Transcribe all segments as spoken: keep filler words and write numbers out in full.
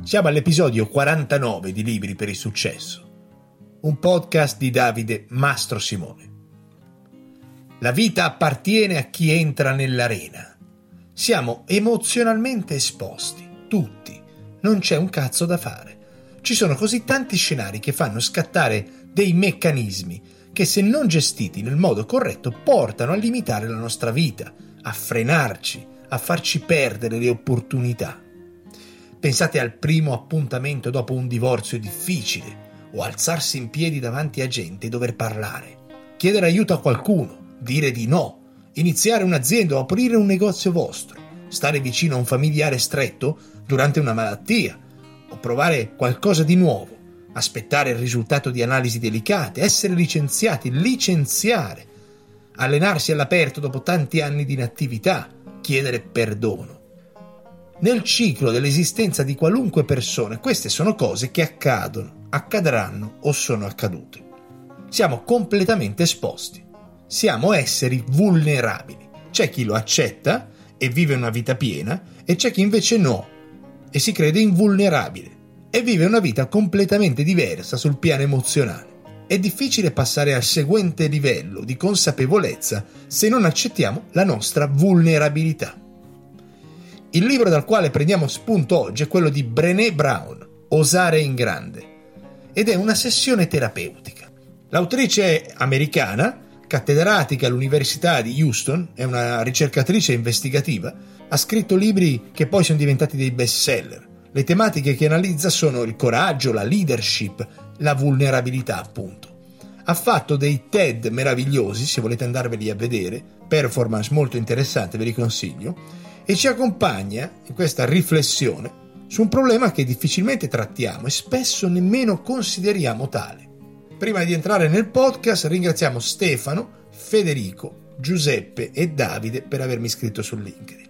Siamo all'episodio quarantanove di Libri per il Successo, un podcast di Davide Mastro Simone. La vita appartiene a chi entra nell'arena. Siamo emozionalmente esposti, tutti. Non c'è un cazzo da fare. Ci sono così tanti scenari che fanno scattare dei meccanismi che, se non gestiti nel modo corretto, portano a limitare la nostra vita, a frenarci, a farci perdere le opportunità. Pensate al primo appuntamento dopo un divorzio difficile, o alzarsi in piedi davanti a gente e dover parlare, chiedere aiuto a qualcuno, dire di no, iniziare un'azienda o aprire un negozio vostro, stare vicino a un familiare stretto durante una malattia, o provare qualcosa di nuovo, aspettare il risultato di analisi delicate, essere licenziati, licenziare, allenarsi all'aperto dopo tanti anni di inattività, chiedere perdono. Nel ciclo dell'esistenza di qualunque persona, queste sono cose che accadono, accadranno o sono accadute. Siamo completamente esposti. Siamo esseri vulnerabili. C'è chi lo accetta e vive una vita piena e c'è chi invece no e si crede invulnerabile e vive una vita completamente diversa sul piano emozionale. È difficile passare al seguente livello di consapevolezza se non accettiamo la nostra vulnerabilità. Il libro dal quale prendiamo spunto oggi è quello di Brené Brown, Osare in grande, ed è una sessione terapeutica. L'autrice è americana, cattedratica all'Università di Houston, è una ricercatrice investigativa, ha scritto libri che poi sono diventati dei bestseller. Le tematiche che analizza sono il coraggio, la leadership, la vulnerabilità, appunto. Ha fatto dei TED meravigliosi, se volete andarveli a vedere, performance molto interessante, ve li consiglio, e ci accompagna in questa riflessione su un problema che difficilmente trattiamo e spesso nemmeno consideriamo tale. Prima di entrare nel podcast ringraziamo Stefano, Federico, Giuseppe e Davide per avermi iscritto su LinkedIn.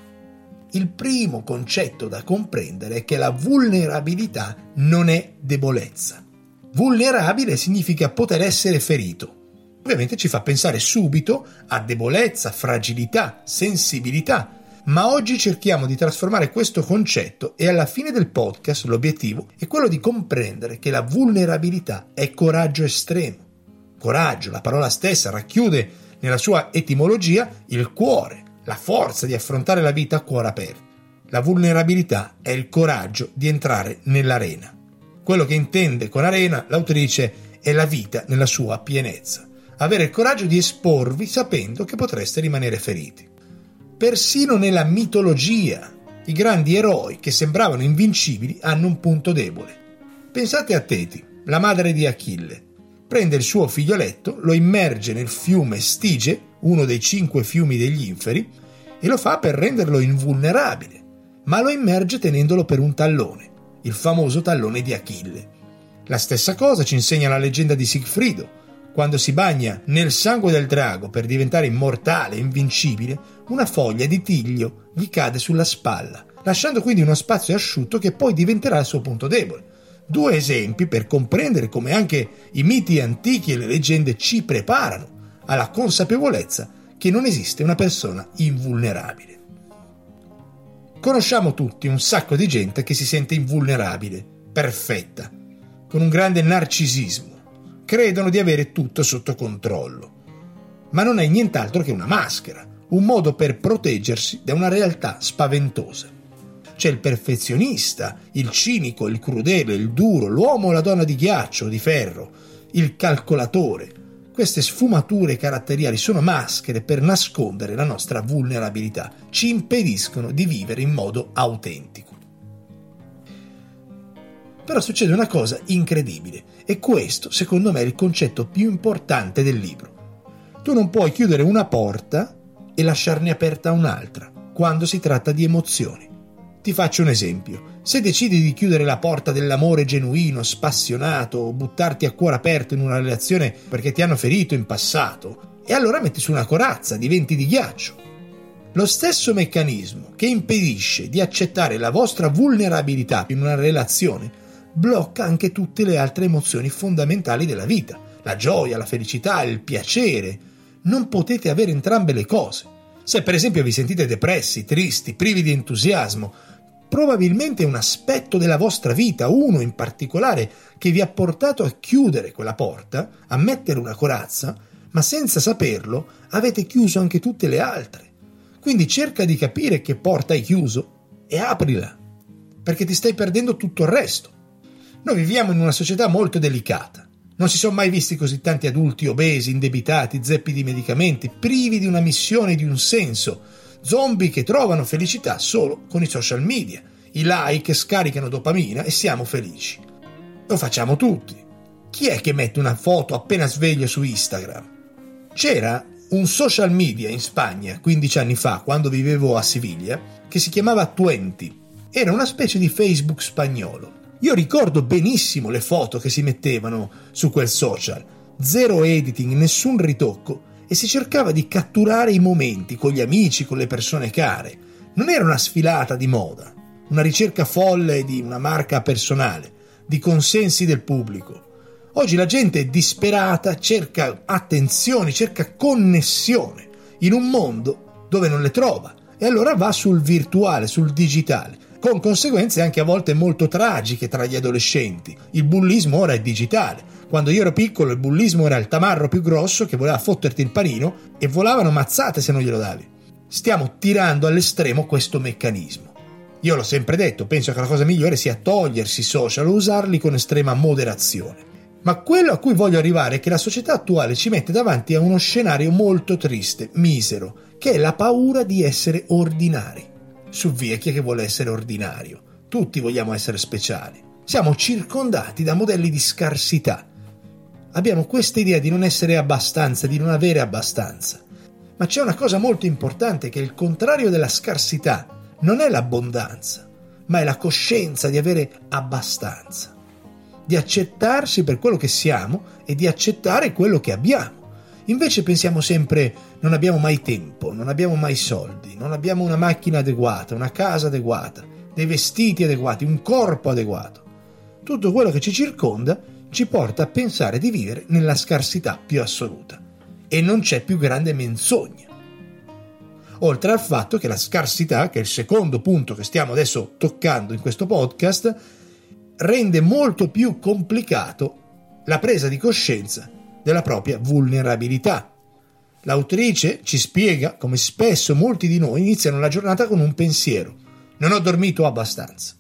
Il primo concetto da comprendere è che la vulnerabilità non è debolezza. Vulnerabile significa poter essere ferito. Ovviamente ci fa pensare subito a debolezza, fragilità, sensibilità, ma oggi cerchiamo di trasformare questo concetto e alla fine del podcast l'obiettivo è quello di comprendere che la vulnerabilità è coraggio estremo. Coraggio, la parola stessa, racchiude nella sua etimologia il cuore, la forza di affrontare la vita a cuore aperto. La vulnerabilità è il coraggio di entrare nell'arena. Quello che intende con arena l'autrice è la vita nella sua pienezza. Avere il coraggio di esporvi sapendo che potreste rimanere feriti. Persino nella mitologia, i grandi eroi che sembravano invincibili hanno un punto debole. Pensate a Teti, la madre di Achille. Prende il suo figlioletto, lo immerge nel fiume Stige, uno dei cinque fiumi degli inferi, e lo fa per renderlo invulnerabile, ma lo immerge tenendolo per un tallone, il famoso tallone di Achille. La stessa cosa ci insegna la leggenda di Sigfrido. Quando si bagna nel sangue del drago per diventare immortale e invincibile, una foglia di tiglio gli cade sulla spalla, lasciando quindi uno spazio asciutto che poi diventerà il suo punto debole. Due esempi per comprendere come anche i miti antichi e le leggende ci preparano alla consapevolezza che non esiste una persona invulnerabile. Conosciamo tutti un sacco di gente che si sente invulnerabile, perfetta, con un grande narcisismo. Credono di avere tutto sotto controllo. Ma non è nient'altro che una maschera, un modo per proteggersi da una realtà spaventosa. C'è il perfezionista, il cinico, il crudele, il duro, l'uomo o la donna di ghiaccio o di ferro, il calcolatore. Queste sfumature caratteriali sono maschere per nascondere la nostra vulnerabilità, ci impediscono di vivere in modo autentico. Però succede una cosa incredibile e questo, secondo me, è il concetto più importante del libro. Tu non puoi chiudere una porta e lasciarne aperta un'altra quando si tratta di emozioni. Ti faccio un esempio. Se decidi di chiudere la porta dell'amore genuino, spassionato o buttarti a cuore aperto in una relazione perché ti hanno ferito in passato, e allora metti su una corazza, diventi di ghiaccio. Lo stesso meccanismo che impedisce di accettare la vostra vulnerabilità in una relazione blocca anche tutte le altre emozioni fondamentali della vita, la gioia, la felicità, il piacere. Non potete avere entrambe le cose. Se per esempio vi sentite depressi, tristi, privi di entusiasmo, probabilmente è un aspetto della vostra vita, uno in particolare, che vi ha portato a chiudere quella porta, a mettere una corazza, ma senza saperlo avete chiuso anche tutte le altre. Quindi cerca di capire che porta hai chiuso e aprila, perché ti stai perdendo tutto il resto. Noi viviamo in una società molto delicata. Non si sono mai visti così tanti adulti obesi, indebitati, zeppi di medicamenti, privi di una missione e di un senso, zombie che trovano felicità solo con i social media. I like scaricano dopamina e siamo felici. Lo facciamo tutti. Chi è che mette una foto appena sveglio su Instagram? C'era un social media in Spagna quindici anni fa, quando vivevo a Siviglia, che si chiamava venti. Era una specie di Facebook spagnolo. Io ricordo benissimo le foto che si mettevano su quel social. Zero editing, nessun ritocco, e si cercava di catturare i momenti con gli amici, con le persone care. Non era una sfilata di moda, una ricerca folle di una marca personale, di consensi del pubblico. Oggi la gente è disperata, cerca attenzioni, cerca connessione in un mondo dove non le trova, e allora va sul virtuale, sul digitale, con conseguenze anche a volte molto tragiche tra gli adolescenti. Il bullismo ora è digitale. Quando io ero piccolo il bullismo era il tamarro più grosso che voleva fotterti il panino e volavano mazzate se non glielo davi. Stiamo tirando all'estremo questo meccanismo. Io l'ho sempre detto, penso che la cosa migliore sia togliersi i social o usarli con estrema moderazione. Ma quello a cui voglio arrivare è che la società attuale ci mette davanti a uno scenario molto triste, misero, che è la paura di essere ordinari. Su via, chi è che vuole essere ordinario? Tutti vogliamo essere speciali. Siamo circondati da modelli di scarsità. Abbiamo questa idea di non essere abbastanza, di non avere abbastanza. Ma c'è una cosa molto importante, che il contrario della scarsità non è l'abbondanza, ma è la coscienza di avere abbastanza, di accettarsi per quello che siamo e di accettare quello che abbiamo. Invece pensiamo sempre: non abbiamo mai tempo, non abbiamo mai soldi, non abbiamo una macchina adeguata, una casa adeguata, dei vestiti adeguati, un corpo adeguato. Tutto quello che ci circonda ci porta a pensare di vivere nella scarsità più assoluta. E non c'è più grande menzogna. Oltre al fatto che la scarsità, che è il secondo punto che stiamo adesso toccando in questo podcast, rende molto più complicato la presa di coscienza della propria vulnerabilità. L'autrice ci spiega come spesso molti di noi iniziano la giornata con un pensiero: non ho dormito abbastanza.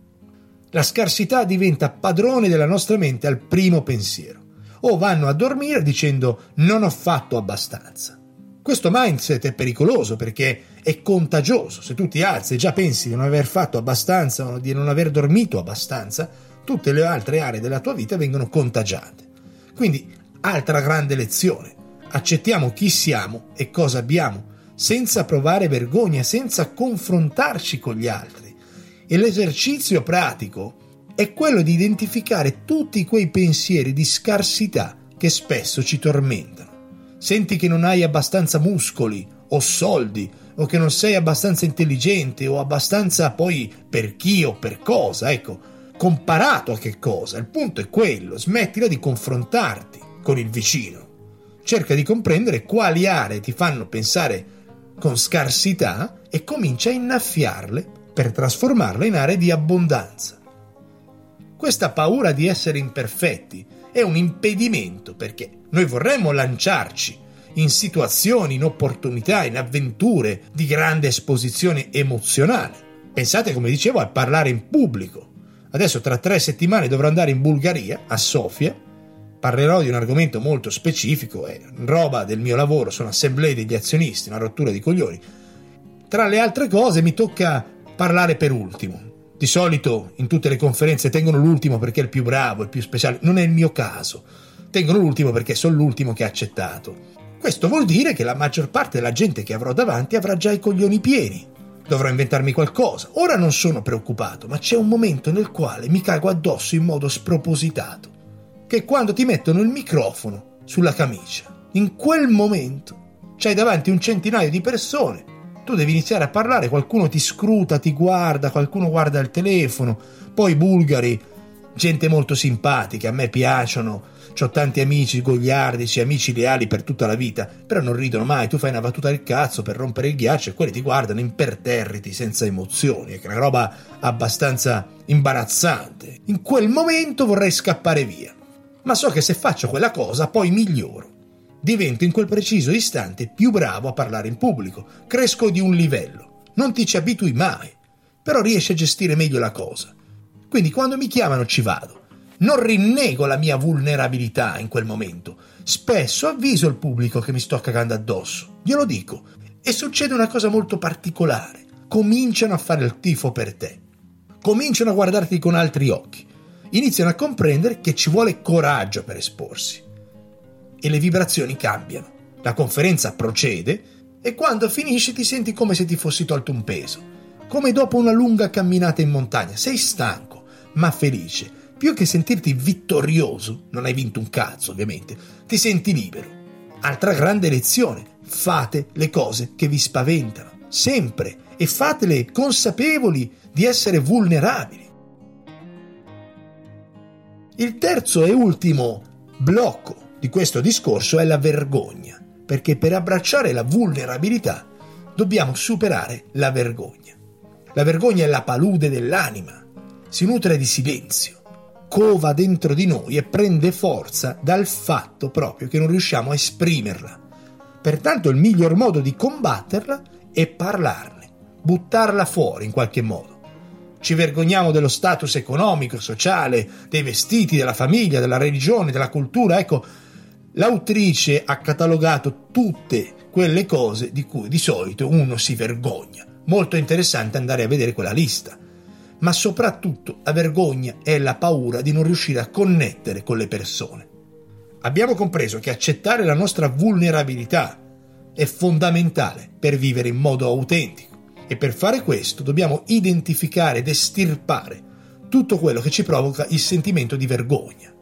La scarsità diventa padrone della nostra mente al primo pensiero, o vanno a dormire dicendo non ho fatto abbastanza. Questo mindset è pericoloso perché è contagioso. Se tu ti alzi e già pensi di non aver fatto abbastanza o di non aver dormito abbastanza, tutte le altre aree della tua vita vengono contagiate. Quindi, altra grande lezione: accettiamo chi siamo e cosa abbiamo, senza provare vergogna, senza confrontarci con gli altri. E l'esercizio pratico è quello di identificare tutti quei pensieri di scarsità che spesso ci tormentano. Senti che non hai abbastanza muscoli o soldi, o che non sei abbastanza intelligente o abbastanza poi per chi o per cosa, ecco, comparato a che cosa? Il punto è quello: smettila di confrontarti con il vicino. Cerca di comprendere quali aree ti fanno pensare con scarsità e comincia a innaffiarle per trasformarle in aree di abbondanza. Questa paura di essere imperfetti è un impedimento, perché noi vorremmo lanciarci in situazioni, in opportunità, in avventure di grande esposizione emozionale. Pensate, come dicevo, a parlare in pubblico. Adesso tra tre settimane dovrò andare in Bulgaria, a Sofia. Parlerò di un argomento molto specifico, è roba del mio lavoro, sono assemblee degli azionisti, una rottura di coglioni. Tra le altre cose mi tocca parlare per ultimo. Di solito in tutte le conferenze tengono l'ultimo perché è il più bravo, il più speciale. Non è il mio caso. Tengono l'ultimo perché sono l'ultimo che ha accettato. Questo vuol dire che la maggior parte della gente che avrò davanti avrà già i coglioni pieni. Dovrò inventarmi qualcosa. Ora non sono preoccupato, ma c'è un momento nel quale mi cago addosso in modo spropositato, che è quando ti mettono il microfono sulla camicia. In quel momento c'hai davanti un centinaio di persone, tu devi iniziare a parlare, qualcuno ti scruta, ti guarda, qualcuno guarda il telefono, poi i bulgari gente molto simpatica, a me piacciono, ho tanti amici goliardici, amici leali per tutta la vita, però non ridono mai. Tu fai una battuta del cazzo per rompere il ghiaccio e quelli ti guardano imperterriti, senza emozioni, è una roba abbastanza imbarazzante. In quel momento vorrei scappare via, ma so che se faccio quella cosa poi miglioro, divento in quel preciso istante più bravo a parlare in pubblico, cresco di un livello, non ti ci abitui mai, però riesci a gestire meglio la cosa. Quindi quando mi chiamano ci vado. Non rinnego la mia vulnerabilità in quel momento. Spesso avviso il pubblico che mi sto cagando addosso. Glielo dico. E succede una cosa molto particolare. Cominciano a fare il tifo per te. Cominciano a guardarti con altri occhi. Iniziano a comprendere che ci vuole coraggio per esporsi. E le vibrazioni cambiano. La conferenza procede e quando finisci ti senti come se ti fossi tolto un peso. Come dopo una lunga camminata in montagna. Sei stanco, ma felice. Più che sentirti vittorioso, non hai vinto un cazzo ovviamente, ti senti libero. Altra grande lezione, fate le cose che vi spaventano, sempre, e fatele consapevoli di essere vulnerabili. Il terzo e ultimo blocco di questo discorso è la vergogna, perché per abbracciare la vulnerabilità dobbiamo superare la vergogna. La vergogna è la palude dell'anima, si nutre di silenzio. Cova dentro di noi e prende forza dal fatto proprio che non riusciamo a esprimerla. Pertanto il miglior modo di combatterla è parlarne, buttarla fuori in qualche modo. Ci vergogniamo dello status economico, sociale, dei vestiti, della famiglia, della religione, della cultura. Ecco, l'autrice ha catalogato tutte quelle cose di cui di solito uno si vergogna. Molto interessante andare a vedere quella lista. Ma soprattutto la vergogna è la paura di non riuscire a connettere con le persone. Abbiamo compreso che accettare la nostra vulnerabilità è fondamentale per vivere in modo autentico e per fare questo dobbiamo identificare ed estirpare tutto quello che ci provoca il sentimento di vergogna.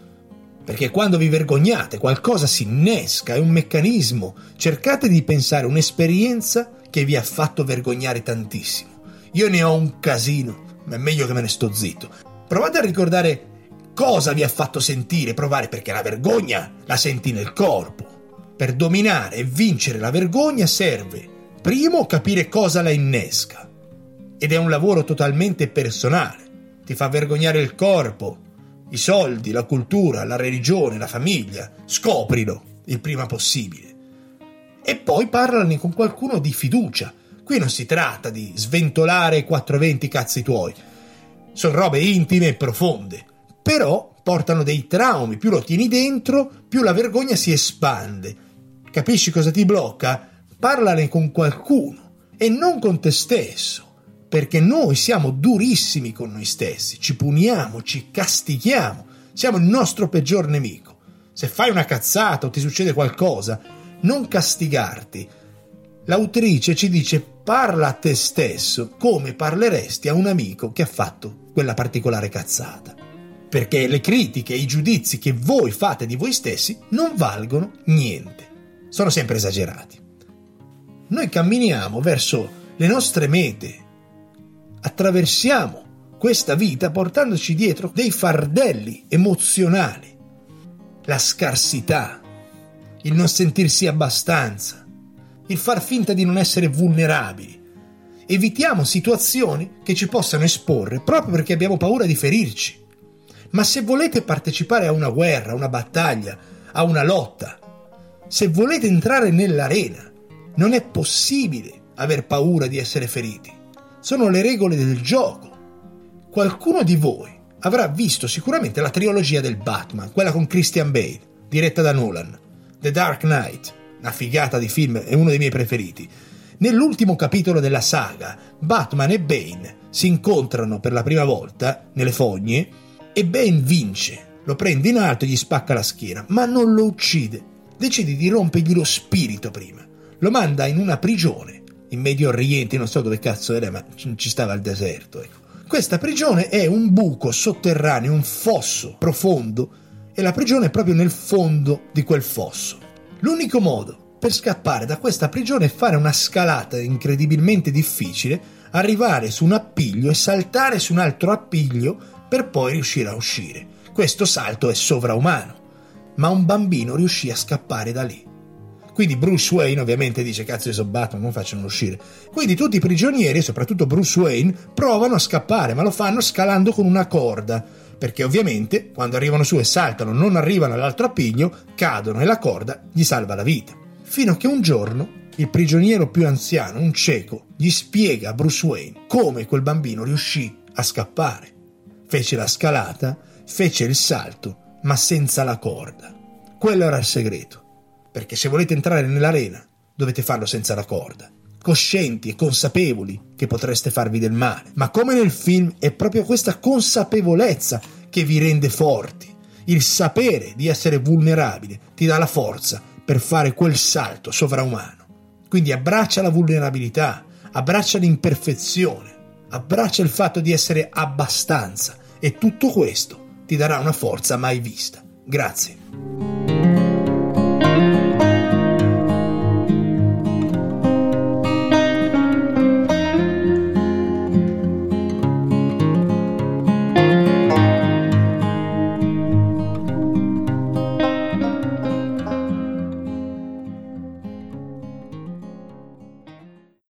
Perché quando vi vergognate qualcosa si innesca, è un meccanismo. Cercate di pensare un'esperienza che vi ha fatto vergognare tantissimo. Io ne ho un casino, ma è meglio che me ne sto zitto. Provate a ricordare cosa vi ha fatto sentire, provare, perché la vergogna la senti nel corpo. Per dominare e vincere la vergogna serve, primo, capire cosa la innesca. Ed è un lavoro totalmente personale. Ti fa vergognare il corpo, i soldi, la cultura, la religione, la famiglia. Scoprilo il prima possibile. E poi parlane con qualcuno di fiducia. Qui non si tratta di sventolare quattrocentoventi cazzi tuoi. Sono robe intime e profonde, però portano dei traumi. Più lo tieni dentro, più la vergogna si espande. Capisci cosa ti blocca? Parlane con qualcuno e non con te stesso, perché noi siamo durissimi con noi stessi, ci puniamo, ci castighiamo, siamo il nostro peggior nemico. Se fai una cazzata o ti succede qualcosa, non castigarti. L'autrice ci dice: parla a te stesso come parleresti a un amico che ha fatto quella particolare cazzata. Perché le critiche e i giudizi che voi fate di voi stessi non valgono niente. Sono sempre esagerati. Noi camminiamo verso le nostre mete. Attraversiamo questa vita portandoci dietro dei fardelli emozionali. La scarsità, il non sentirsi abbastanza, il far finta di non essere vulnerabili. Evitiamo situazioni che ci possano esporre proprio perché abbiamo paura di ferirci. Ma se volete partecipare a una guerra, a una battaglia, a una lotta, se volete entrare nell'arena, non è possibile aver paura di essere feriti. Sono le regole del gioco. Qualcuno di voi avrà visto sicuramente la trilogia del Batman, quella con Christian Bale, diretta da Nolan, The Dark Knight, una figata di film, è uno dei miei preferiti. Nell'ultimo capitolo della saga, Batman e Bane si incontrano per la prima volta nelle fogne e Bane vince, lo prende in alto e gli spacca la schiena, ma non lo uccide, decide di rompergli lo spirito prima, lo manda in una prigione in Medio Oriente, non so dove cazzo era, ma ci stava al deserto, ecco. Questa prigione è un buco sotterraneo, un fosso profondo, e la prigione è proprio nel fondo di quel fosso. L'unico modo per scappare da questa prigione è fare una scalata incredibilmente difficile, arrivare su un appiglio e saltare su un altro appiglio per poi riuscire a uscire. Questo salto è sovraumano, ma un bambino riuscì a scappare da lì. Quindi Bruce Wayne ovviamente dice: cazzo, io sono Batman, non facciano uscire. Quindi tutti i prigionieri, soprattutto Bruce Wayne, provano a scappare, ma lo fanno scalando con una corda, perché ovviamente quando arrivano su e saltano non arrivano all'altro appiglio, cadono e la corda gli salva la vita. Fino a che un giorno il prigioniero più anziano, un cieco, gli spiega a Bruce Wayne come quel bambino riuscì a scappare. Fece la scalata, fece il salto, ma senza la corda. Quello era il segreto. Perché se volete entrare nell'arena, dovete farlo senza la corda, coscienti e consapevoli che potreste farvi del male. Ma come nel film, è proprio questa consapevolezza che vi rende forti. Il sapere di essere vulnerabile ti dà la forza per fare quel salto sovraumano. Quindi abbraccia la vulnerabilità, abbraccia l'imperfezione, abbraccia il fatto di essere abbastanza, e tutto questo ti darà una forza mai vista. Grazie.